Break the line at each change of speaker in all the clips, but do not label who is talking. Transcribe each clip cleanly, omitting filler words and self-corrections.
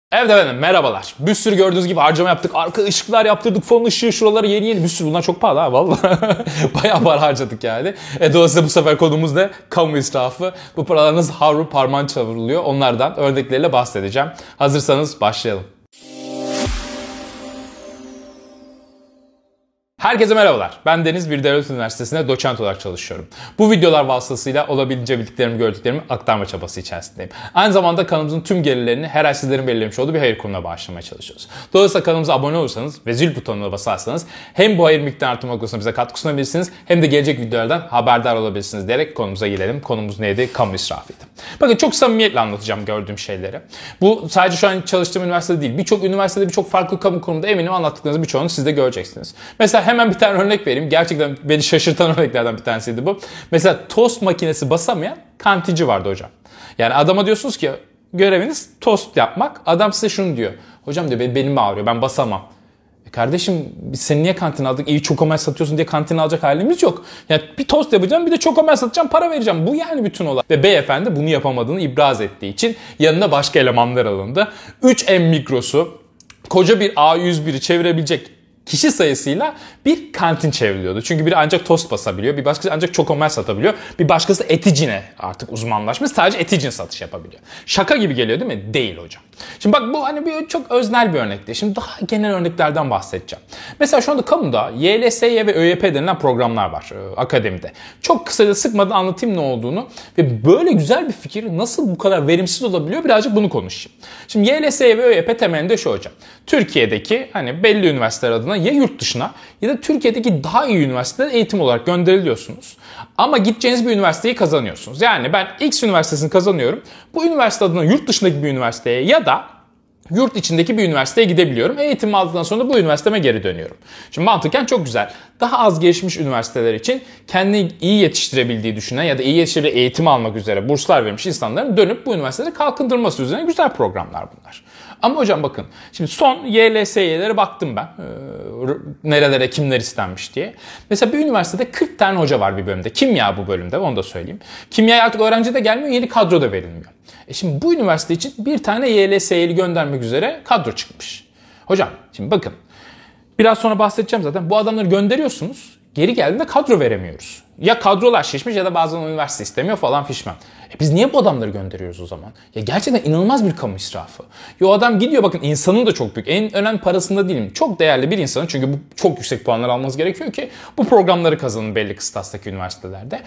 Evet efendim, merhabalar. Bir sürü gördüğünüz gibi harcama yaptık. Arka ışıklar yaptırdık. Fon ışığı şuraları yeni. Bir sürü, bunlar çok pahalı ha vallahi. Bayağı para harcadık yani. Dolayısıyla bu sefer konumuz ne? Kamu israfı. Bu paralar nasıl harlı parmağın çevriliyor? Onlardan örnekleriyle bahsedeceğim. Hazırsanız başlayalım. Herkese merhabalar. Ben Deniz, bir devlet üniversitesinde doçent olarak çalışıyorum. Bu videolar vasıtasıyla olabildiğince bildiklerimi, gördüklerimi aktarma çabası içerisindeyim. Aynı zamanda kanalımızın tüm gelirlerini her ay sizlerin belirlemiş olduğu bir hayır kurumuna bağışlamaya çalışıyoruz. Dolayısıyla kanalımıza abone olursanız ve zil butonuna basarsanız hem bu hayır miktarı artırma noktasında bize katkı sunabilirsiniz hem de gelecek videolardan haberdar olabilirsiniz diyerek konumuza gelelim. Konumuz neydi? Kamu israfıydı. Bakın çok samimiyetle anlatacağım gördüğüm şeyleri. Bu sadece şu an çalıştığım üniversitede değil. Birçok üniversitede, birçok farklı kamu kurumunda eminim anlattıklarınızı birçoğunu siz de göreceksiniz. Mesela hemen bir tane örnek vereyim. Gerçekten beni şaşırtan örneklerden bir tanesiydi bu. Mesela tost makinesi basamayan kantinci vardı hocam. Yani adama diyorsunuz ki göreviniz tost yapmak. Adam size şunu diyor. Hocam diyor benim ağrıyor, ben basamam. Kardeşim biz seni niye kantine aldık? İyi çokomel satıyorsun diye kantine alacak halimiz yok. Yani bir tost yapacağım, bir de çokomel satacağım, para vereceğim. Bu yani bütün olay. Ve beyefendi bunu yapamadığını ibraz ettiği için yanına başka elemanlar alındı. 3M Mikrosu koca bir A101'i çevirebilecek kişi sayısıyla bir kantin çevriliyordu. Çünkü biri ancak tost basabiliyor, bir başkası ancak çokomel satabiliyor, bir başkası eticine artık uzmanlaşmış, sadece eticin satış yapabiliyor. Şaka gibi geliyor değil mi? Değil hocam. Şimdi bak bu hani bir çok öznel bir örnekti. Şimdi daha genel örneklerden bahsedeceğim. Mesela şu anda kamuda YLSY ve ÖYP denilen programlar var akademide. Çok kısaca sıkmadan anlatayım ne olduğunu ve böyle güzel bir fikir nasıl bu kadar verimsiz olabiliyor, birazcık bunu konuşayım. Şimdi YLSY ve ÖYP temelinde şu hocam. Türkiye'deki hani belli üniversiteler adına ya yurt dışına ya da Türkiye'deki daha iyi üniversitelere eğitim olarak gönderiliyorsunuz. Ama gideceğiniz bir üniversiteyi kazanıyorsunuz. Yani ben X üniversitesini kazanıyorum. Bu üniversite adına yurt dışındaki bir üniversiteye ya da yurt içindeki bir üniversiteye gidebiliyorum. Eğitim aldıktan sonra da bu üniversiteme geri dönüyorum. Şimdi mantıken çok güzel. Daha az gelişmiş üniversiteler için kendini iyi yetiştirebildiği düşünen ya da iyi yetiştirebildiği eğitim almak üzere burslar vermiş insanların dönüp bu üniversiteleri kalkındırması üzerine güzel programlar bunlar. Ama hocam bakın şimdi son YLSY'lere baktım ben. Nerelere kimler istenmiş diye. Mesela bir üniversitede 40 tane hoca var bir bölümde. Kimya bu bölümde, onu da söyleyeyim. Kimyaya artık öğrenci de gelmiyor, yeni kadro da verilmiyor. Şimdi bu üniversite için bir tane YLSY'li göndermek üzere kadro çıkmış. Hocam şimdi bakın. Biraz sonra bahsedeceğim zaten. Bu adamları gönderiyorsunuz. Geri geldiğinde kadro veremiyoruz. Ya kadrolar şişmiş ya da bazen üniversite istemiyor falan fişman. Biz niye bu adamları gönderiyoruz o zaman? Ya gerçekten inanılmaz bir kamu israfı. Ya o adam gidiyor, bakın insanın da çok büyük. En önemli parasında değilim. Çok değerli bir insanın, çünkü bu çok yüksek puanlar almanız gerekiyor ki bu programları kazanın belli kıstastaki üniversitelerde.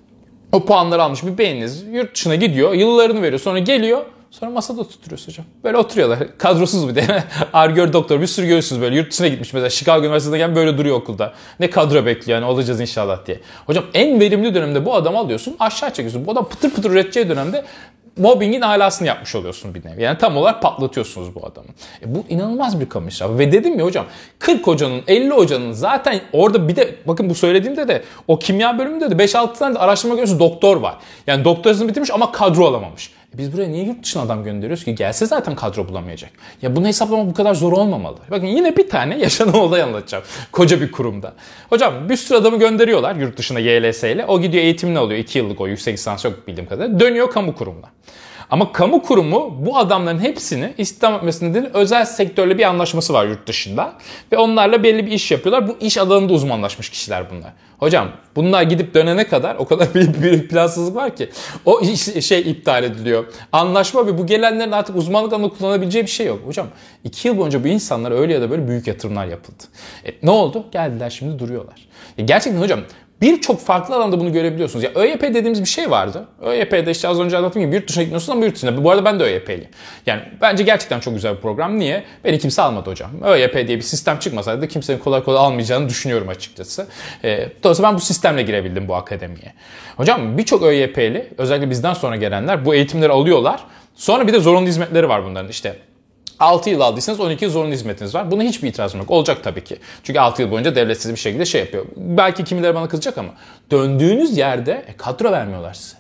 O puanları almış bir beyniniz yurt dışına gidiyor, yıllarını veriyor, sonra geliyor. Sonra masada tutuyoruz hocam. Böyle oturuyorlar. Kadrosuz bir de. Argör doktor bir sürü görüyorsunuz böyle. Yurt dışına gitmiş mesela. Chicago Üniversitesi'nde gelen böyle duruyor okulda. Ne kadro bekliyor yani, olacağız inşallah diye. Hocam en verimli dönemde bu adamı alıyorsun, aşağı çekiyorsun. Bu adam pıtır pıtır üreteceği dönemde mobbingin alasını yapmış oluyorsun bir nevi. Yani tam olarak patlatıyorsunuz bu adamı. Bu inanılmaz bir kamu israfı. Ve dedim ya hocam 40 hocanın 50 hocanın zaten orada, bir de bakın bu söylediğimde de o kimya bölümünde de 5-6 tane de araştırma görüyorsunuz doktor var. Yani doktorasını bitirmiş ama kadro alamamış. Biz buraya niye yurt dışına adam gönderiyoruz ki? Gelse zaten kadro bulamayacak. Ya bunu hesaplamak bu kadar zor olmamalı. Bakın yine bir tane yaşanan olay anlatacağım. Koca bir kurumda. Hocam bir sürü adamı gönderiyorlar yurt dışına YLS ile. O gidiyor eğitimini alıyor. 2 yıllık o yüksek lisans yok bildiğim kadarıyla. Dönüyor kamu kurumuna. Ama kamu kurumu bu adamların hepsini istihdam etmesi nedeniyle özel sektörle bir anlaşması var yurt dışında. Ve onlarla belli bir iş yapıyorlar. Bu iş alanında uzmanlaşmış kişiler bunlar. Hocam bunlar gidip dönene kadar o kadar bir plansızlık var ki o şey iptal ediliyor. Anlaşma ve bu gelenlerin artık uzmanlık alanında kullanabileceği bir şey yok. Hocam 2 yıl boyunca bu insanlara öyle ya da böyle büyük yatırımlar yapıldı. Ne oldu? Geldiler şimdi duruyorlar. Gerçekten hocam birçok farklı alanda bunu görebiliyorsunuz. Ya ÖYP dediğimiz bir şey vardı. ÖYP'de işte az önce anlattığım gibi yurt dışına gitmiyorsun ama yurt dışında. Bu arada ben de ÖYP'liyim. Yani bence gerçekten çok güzel bir program. Niye? Beni kimse almadı hocam. ÖYP diye bir sistem çıkmasaydı kimsenin kolay kolay almayacağını düşünüyorum açıkçası. Dolayısıyla ben bu sistemle girebildim bu akademiye. Hocam birçok ÖYP'li, özellikle bizden sonra gelenler bu eğitimleri alıyorlar. Sonra bir de zorunlu hizmetleri var bunların işte. 6 yıl aldıysanız 12 yıl zorunlu hizmetiniz var. Buna hiçbir itirazım yok. Olacak tabii ki. Çünkü 6 yıl boyunca devlet sizi bir şekilde şey yapıyor. Belki kimileri bana kızacak ama döndüğünüz yerde kadro vermiyorlar size.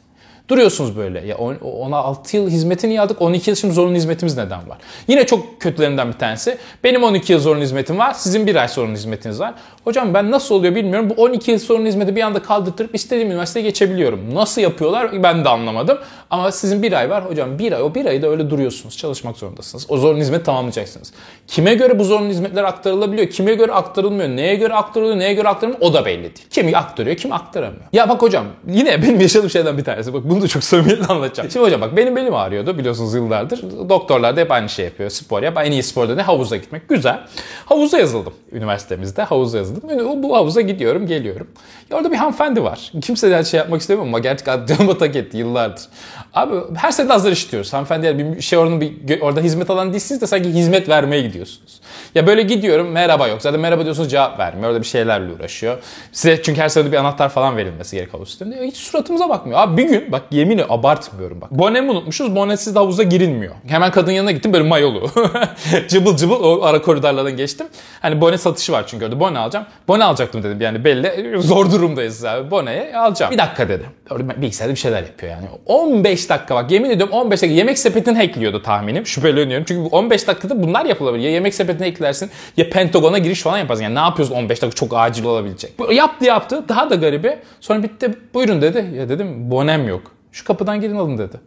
Duruyorsunuz böyle. Ya ona 6 yıl hizmetini niye aldık? 12 yıl şimdi zorunlu hizmetimiz neden var? Yine çok kötülerinden bir tanesi. Benim 12 yıl zorunlu hizmetim var. Sizin 1 ay zorunlu hizmetiniz var. Hocam ben nasıl oluyor bilmiyorum. Bu 12 yıl zorunlu hizmeti bir anda kaldırtırıp istediğim üniversiteye geçebiliyorum. Nasıl yapıyorlar ben de anlamadım. Ama sizin 1 ay var. Hocam 1 ay, o 1 ayda öyle duruyorsunuz. Çalışmak zorundasınız. O zorunlu hizmeti tamamlayacaksınız. Kime göre bu zorunlu hizmetler aktarılabiliyor? Kime göre aktarılmıyor? Neye göre aktarılıyor? Neye göre aktarılmıyor? O da belli değil. Kimi aktarıyor, kim aktaramıyor. Ya bak hocam, yine benim yaşadığım şeyden bir tanesi. Bak bunu da çok samimiyetle anlatacağım. Şimdi hocam bak, benim belim ağrıyordu biliyorsunuz yıllardır. Doktorlar da hep aynı şey yapıyor. Spor yap. En iyi spor da ne? Havuza gitmek. Güzel. Havuza yazıldım üniversitemizde. Havuza yazıldım. Bu havuza gidiyorum, geliyorum. Ya orada bir hanımefendi var. Kimse de şey yapmak istemiyorum ama gerçekten canıma tak etti yıllardır. Abi her sene azar işitiyoruz. Hanımefendi bir şey orada hizmet alan değilsiniz de sanki hizmet vermeye gidiyorsunuz. Ya böyle gidiyorum, merhaba yok. Zaten merhaba diyorsunuz, cevap vermiyor. Orada bir şeylerle uğraşıyor. Size çünkü her sene bir anahtar falan verilmesi gerek havuz sisteminde. Hiç suratımıza bakmıyor. Abi bir gün bak, yeminle abartmıyorum bak. Bonemi unutmuşuz. Bonesiz de havuza girilmiyor. Hemen kadın yanına gittim, böyle mayolu. Cıbıl cıbıl o ara koridorlardan geçtim. Hani bone satışı var çünkü orada. Bone alacağım. Bone alacaktım dedim, yani belli. Zor durumdayız abi. Boneyi alacağım. Bir dakika dedi. Orada bilgisayarda bir şeyler yapıyor yani. 15 dakika bak, yemin ediyorum 15 dakika. Yemek sepetini hackliyordu tahminim. Şüpheleniyorum. Çünkü bu 15 dakikada bunlar yapılabilir. Ya yemek sepetini hacklersin ya Pentagon'a giriş falan yaparsın. Yani ne yapıyorsun 15 dakika, çok acil olabilecek. Yaptı. Daha da garibi. Sonra bitti. Buyurun dedi. Ya dedim bonem yok. Şu kapıdan girin alın dedi.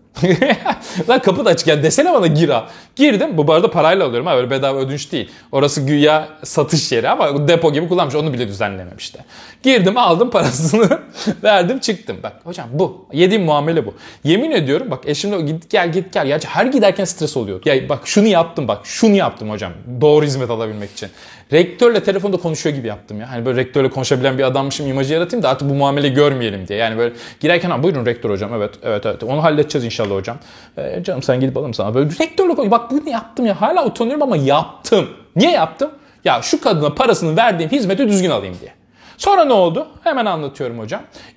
Lan kapı da açık ya, desene bana gir al. Girdim. Bu arada parayla alıyorum ha, öyle bedava ödünç değil. Orası güya satış yeri ama depo gibi kullanmış. Onu bile düzenlememişti. Girdim, aldım parasını verdim, çıktım. Bak hocam bu. Yediğim muamele bu. Yemin ediyorum bak, eşimle git gel. Gerçi her giderken stres oluyor. Ya bak şunu yaptım hocam. Doğru hizmet alabilmek için. Rektörle telefonda konuşuyor gibi yaptım ya. Hani böyle rektörle konuşabilen bir adammışım imajı yaratayım da artık bu muameleyi görmeyelim diye. Yani böyle girerken buyurun rektör hocam, evet onu halledeceğiz inşallah hocam. Canım sen gidip alırım sana. Böyle rektörle konuş. Bak bunu yaptım ya, hala utanıyorum ama yaptım. Niye yaptım? Ya şu kadına parasını verdiğim hizmeti düzgün alayım diye. Sonra ne oldu? Hemen anlatıyorum hocam.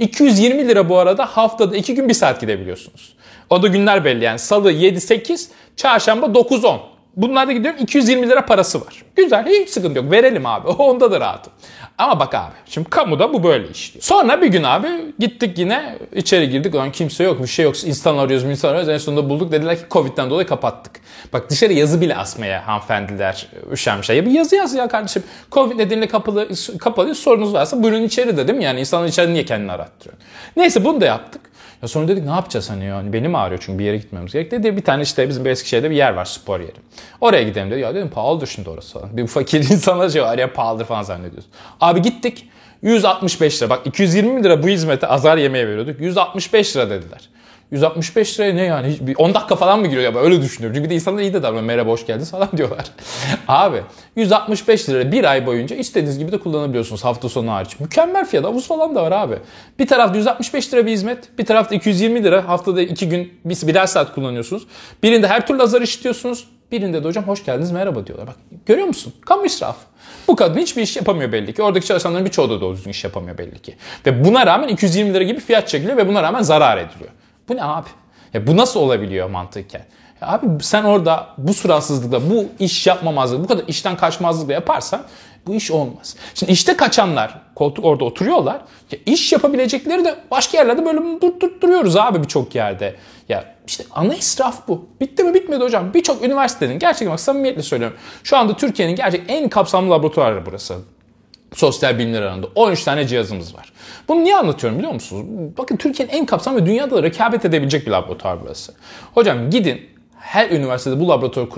220 lira bu arada, haftada 2 gün 1 saat gidebiliyorsunuz. O da günler belli yani. Salı 7-8, çarşamba 9-10. Bunlarda gidiyorum, 220 lira parası var. Güzel, hiç sıkıntı yok. Verelim abi. Onda da rahatım. Ama bak abi, şimdi kamuda bu böyle işliyor. Sonra bir gün abi gittik, yine içeri girdik. Ulan kimse yok, bir şey yok. İnsan arıyoruz. En sonunda bulduk. Dediler ki Covid'den dolayı kapattık. Bak dışarı yazı bile asmaya hanımefendiler üşenmişler. Ya bir yazı yaz ya kardeşim. Covid nedeniyle kapalı sorunuz varsa buyurun içeri dedim. Yani insanlar içeri niye kendini arattırıyor? Neyse bunu da yaptık. Ya sonra dedik ne yapacağız hani, yani belim ağrıyor çünkü bir yere gitmemiz gerek dedi. Bir tane işte bizim Eskişehir'de bir yer var, spor yeri. Oraya gidelim dedi. Ya dedim pahalıdır şimdi orası falan. Bir fakir insanlar şey var ya, pahalıdır falan zannediyorsun. Abi gittik, 165 lira. Bak 220 lira bu hizmete azar yemeğe veriyorduk. 165 lira dediler. 165 liraya ne yani? 10 dakika falan mı giriyor ya? Öyle düşünüyorum. Çünkü de insanlar iyi de davranıyor. Merhaba hoş geldiniz falan diyorlar. Abi 165 lira bir ay boyunca istediğiniz gibi de kullanabiliyorsunuz hafta sonu hariç. Mükemmel fiyat. Havuz falan da var abi. Bir tarafta 165 lira bir hizmet. Bir tarafta 220 lira. Haftada 2 gün birer saat kullanıyorsunuz. Birinde her türlü azar işitiyorsunuz. Birinde de hocam hoş geldiniz merhaba diyorlar. Bak görüyor musun? Kamu israfı. Bu kadın hiçbir iş yapamıyor belli ki. Oradaki çalışanların birçoğu da doğru düzgün iş yapamıyor belli ki. Ve buna rağmen 220 lira gibi fiyat çekiliyor ve buna rağmen zarar ediliyor. Bu ne abi? Ya bu nasıl olabiliyor mantıken? Ya abi sen orada bu suratsızlıkla, bu iş yapmamazlıkla, bu kadar işten kaçmazlıkla yaparsan bu iş olmaz. Şimdi işte kaçanlar koltuk orada oturuyorlar. Ya iş yapabilecekleri de başka yerlerde böyle duruyoruz abi birçok yerde. Ya işte ana israf bu. Bitti mi? Bitmedi hocam. Birçok üniversitenin, gerçekten bak samimiyetle söylüyorum. Şu anda Türkiye'nin gerçek en kapsamlı laboratuvarı burası. Sosyal bilimler alanında 13 tane cihazımız var. Bunu niye anlatıyorum biliyor musunuz? Bakın Türkiye'nin en kapsamlı ve dünyada da rekabet edebilecek bir laboratuvar burası. Hocam gidin, her üniversitede bu laboratuvarı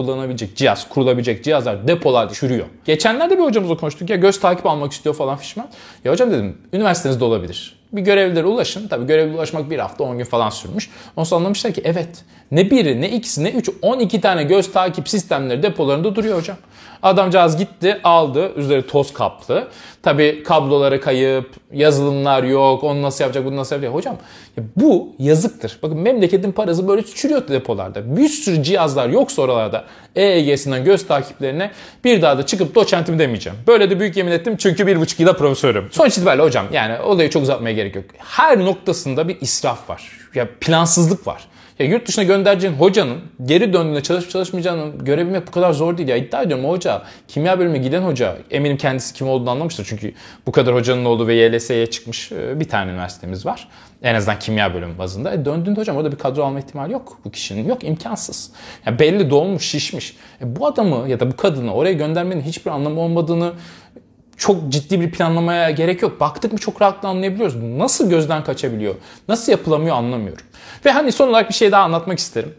kurulabilecek cihazlar depolarda çürüyor. Geçenlerde bir hocamızla konuştuk ya, göz takip almak istiyor falan fişman. Ya hocam dedim, üniversitenizde olabilir. Bir görevlilere ulaşın. Tabii görevli ulaşmak 1 hafta 10 gün falan sürmüş. Ondan sonra anlamışlar ki evet, ne biri ne ikisi ne üçü 12 tane göz takip sistemleri depolarında duruyor hocam. Adamcağız gitti aldı, üzeri toz kaplı. Tabii kabloları kayıp, yazılımlar yok, onu nasıl yapacak, bunu nasıl yapacak. Hocam bu yazıktır. Bakın memleketin parası böyle çürüyor depolarda. Bir sürü cihazlar yoksa oralarda EEG'sinden göz takiplerine bir daha da çıkıp doçentim demeyeceğim. Böyle de büyük yemin ettim çünkü 1,5 yılda profesörüm. Sonuç itibariyle hocam yani olayı çok uzatmaya gerek yok. Her noktasında bir israf var. Ya plansızlık var. Ya yurt dışına göndereceğin hocanın geri döndüğünde çalışıp çalışmayacağını görebilmek bu kadar zor değil ya. İddia ediyorum o hoca, kimya bölümüne giden hoca, eminim kendisi kim olduğunu anlamıştır. Çünkü bu kadar hocanın olduğu ve YLS'ye çıkmış bir tane üniversitemiz var. En azından kimya bölümü bazında. Döndüğünde hocam orada bir kadro alma ihtimali yok bu kişinin. Yok, imkansız. Ya belli dolmuş, şişmiş. Bu adamı ya da bu kadını oraya göndermenin hiçbir anlamı olmadığını çok ciddi bir planlamaya gerek yok. Baktık mı çok rahatlıkla anlayabiliyoruz. Nasıl gözden kaçabiliyor? Nasıl yapılamıyor anlamıyorum. Ve hani son olarak bir şey daha anlatmak isterim.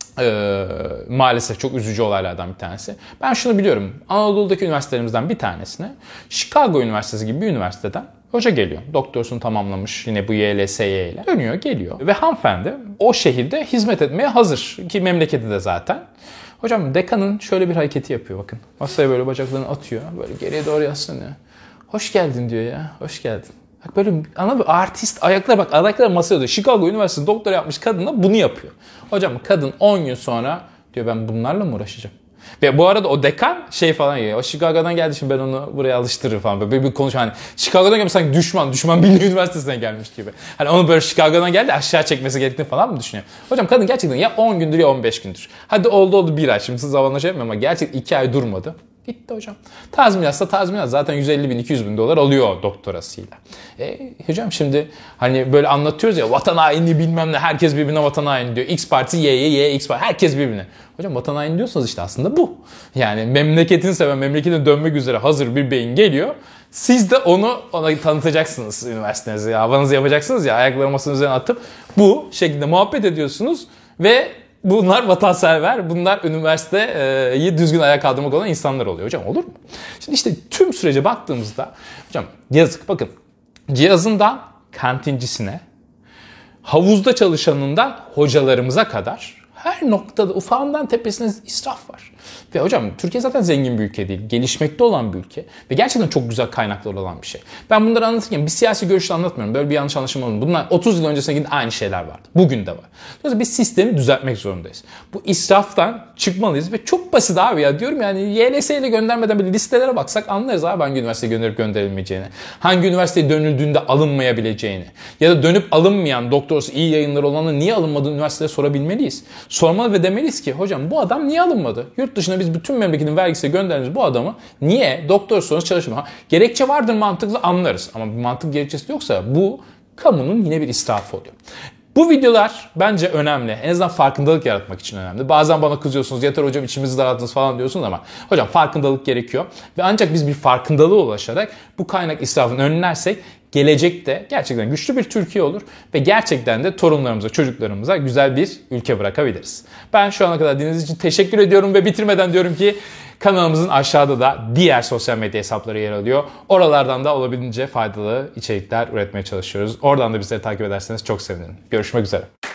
Maalesef çok üzücü olaylardan bir tanesi. Ben şunu biliyorum. Anadolu'daki üniversitelerimizden bir tanesine Chicago Üniversitesi gibi bir üniversiteden hoca geliyor. Doktorasını tamamlamış yine bu YLSY ile. Dönüyor, geliyor. Ve hanımefendi o şehirde hizmet etmeye hazır. Ki memleketi de zaten. Hocam dekanın şöyle bir hareketi yapıyor bakın. Masaya böyle bacaklarını atıyor. Böyle geriye doğru yaslanıyor. Hoş geldin diyor ya. Hoş geldin. Bak böyle ana bir artist ayaklar, bak ayaklar masaya diyor. Chicago Üniversitesi doktora yapmış kadınla bunu yapıyor. Hocam kadın 10 gün sonra diyor ben bunlarla mı uğraşacağım? Ve bu arada o dekan şey falan yiyor. O Chicago'dan geldi şimdi ben onu buraya alıştırırım falan. Böyle bir konuşma hani Chicago'dan gelmiş sanki düşman Birliği Üniversitesi'nden gelmiş gibi. Hani onu böyle Chicago'dan geldi aşağı çekmesi gerektiğini falan mı düşünüyor? Hocam kadın gerçekten ya 10 gündür ya 15 gündür. Hadi oldu 1 ay, şimdi siz zamanla şey yapmıyorum ama gerçekten 2 ay durmadı. Gitti hocam. Tazminatsa tazminat zaten 150 bin 200 bin dolar alıyor doktorasıyla. Hocam şimdi hani böyle anlatıyoruz ya vatan haini bilmem ne, herkes birbirine vatan haini diyor. X partisi Y X parti, herkes birbirine. Hocam vatan haini diyorsanız işte aslında bu. Yani memleketini seven, memleketine dönmek üzere hazır bir beyin geliyor. Siz de ona tanıtacaksınız üniversitenizi. Havanızı yapacaksınız ya, ayakları masanın üzerine atıp bu şekilde muhabbet ediyorsunuz ve bunlar vatansever, bunlar üniversiteyi düzgün ayağa kaldırmak olan insanlar oluyor. Hocam olur mu? Şimdi işte tüm sürece baktığımızda hocam yazık bakın, cihazından kantincisine, havuzda çalışanından hocalarımıza kadar her noktada ufağından tepesine israf var. Ve hocam Türkiye zaten zengin bir ülke değil. Gelişmekte olan bir ülke. Ve gerçekten çok güzel kaynakları olan bir şey. Ben bunları anlatırken bir siyasi görüşle anlatmıyorum. Böyle bir yanlış anlaşılma olmuyor. Bunlar 30 yıl öncesine gidip aynı şeyler vardı. Bugün de var. Dolayısıyla biz sistemi düzeltmek zorundayız. Bu israftan çıkmalıyız ve çok basit abi ya. Diyorum yani YLS ile göndermeden bir listelere baksak anlarız abi hangi üniversiteye gönderip gönderilmeyeceğini. Hangi üniversiteye dönüldüğünde alınmayabileceğini. Ya da dönüp alınmayan, doktorası iyi yayınları olanı niye alınmadığını üniversiteye sorabilmeliyiz. Sormalı ve demeliyiz ki hocam bu adam niye alınmadı? Yurt dışına biz bütün memleketin vergisiyle gönderdiğimiz bu adamı niye doktor sonrası çalışmıyor? Gerekçe vardır, mantıklı anlarız. Ama bir mantık gerekçesi yoksa bu kamunun yine bir israfı oluyor. Bu videolar bence önemli. En azından farkındalık yaratmak için önemli. Bazen bana kızıyorsunuz, yeter hocam içimizi dağıttınız falan diyorsunuz ama hocam farkındalık gerekiyor. Ve ancak biz bir farkındalığa ulaşarak bu kaynak israfını önlersek gelecekte gerçekten güçlü bir Türkiye olur ve gerçekten de torunlarımıza, çocuklarımıza güzel bir ülke bırakabiliriz. Ben şu ana kadar dinlediğiniz için teşekkür ediyorum ve bitirmeden diyorum ki kanalımızın aşağıda da diğer sosyal medya hesapları yer alıyor. Oralardan da olabildiğince faydalı içerikler üretmeye çalışıyoruz. Oradan da bizleri takip ederseniz çok sevinirim. Görüşmek üzere.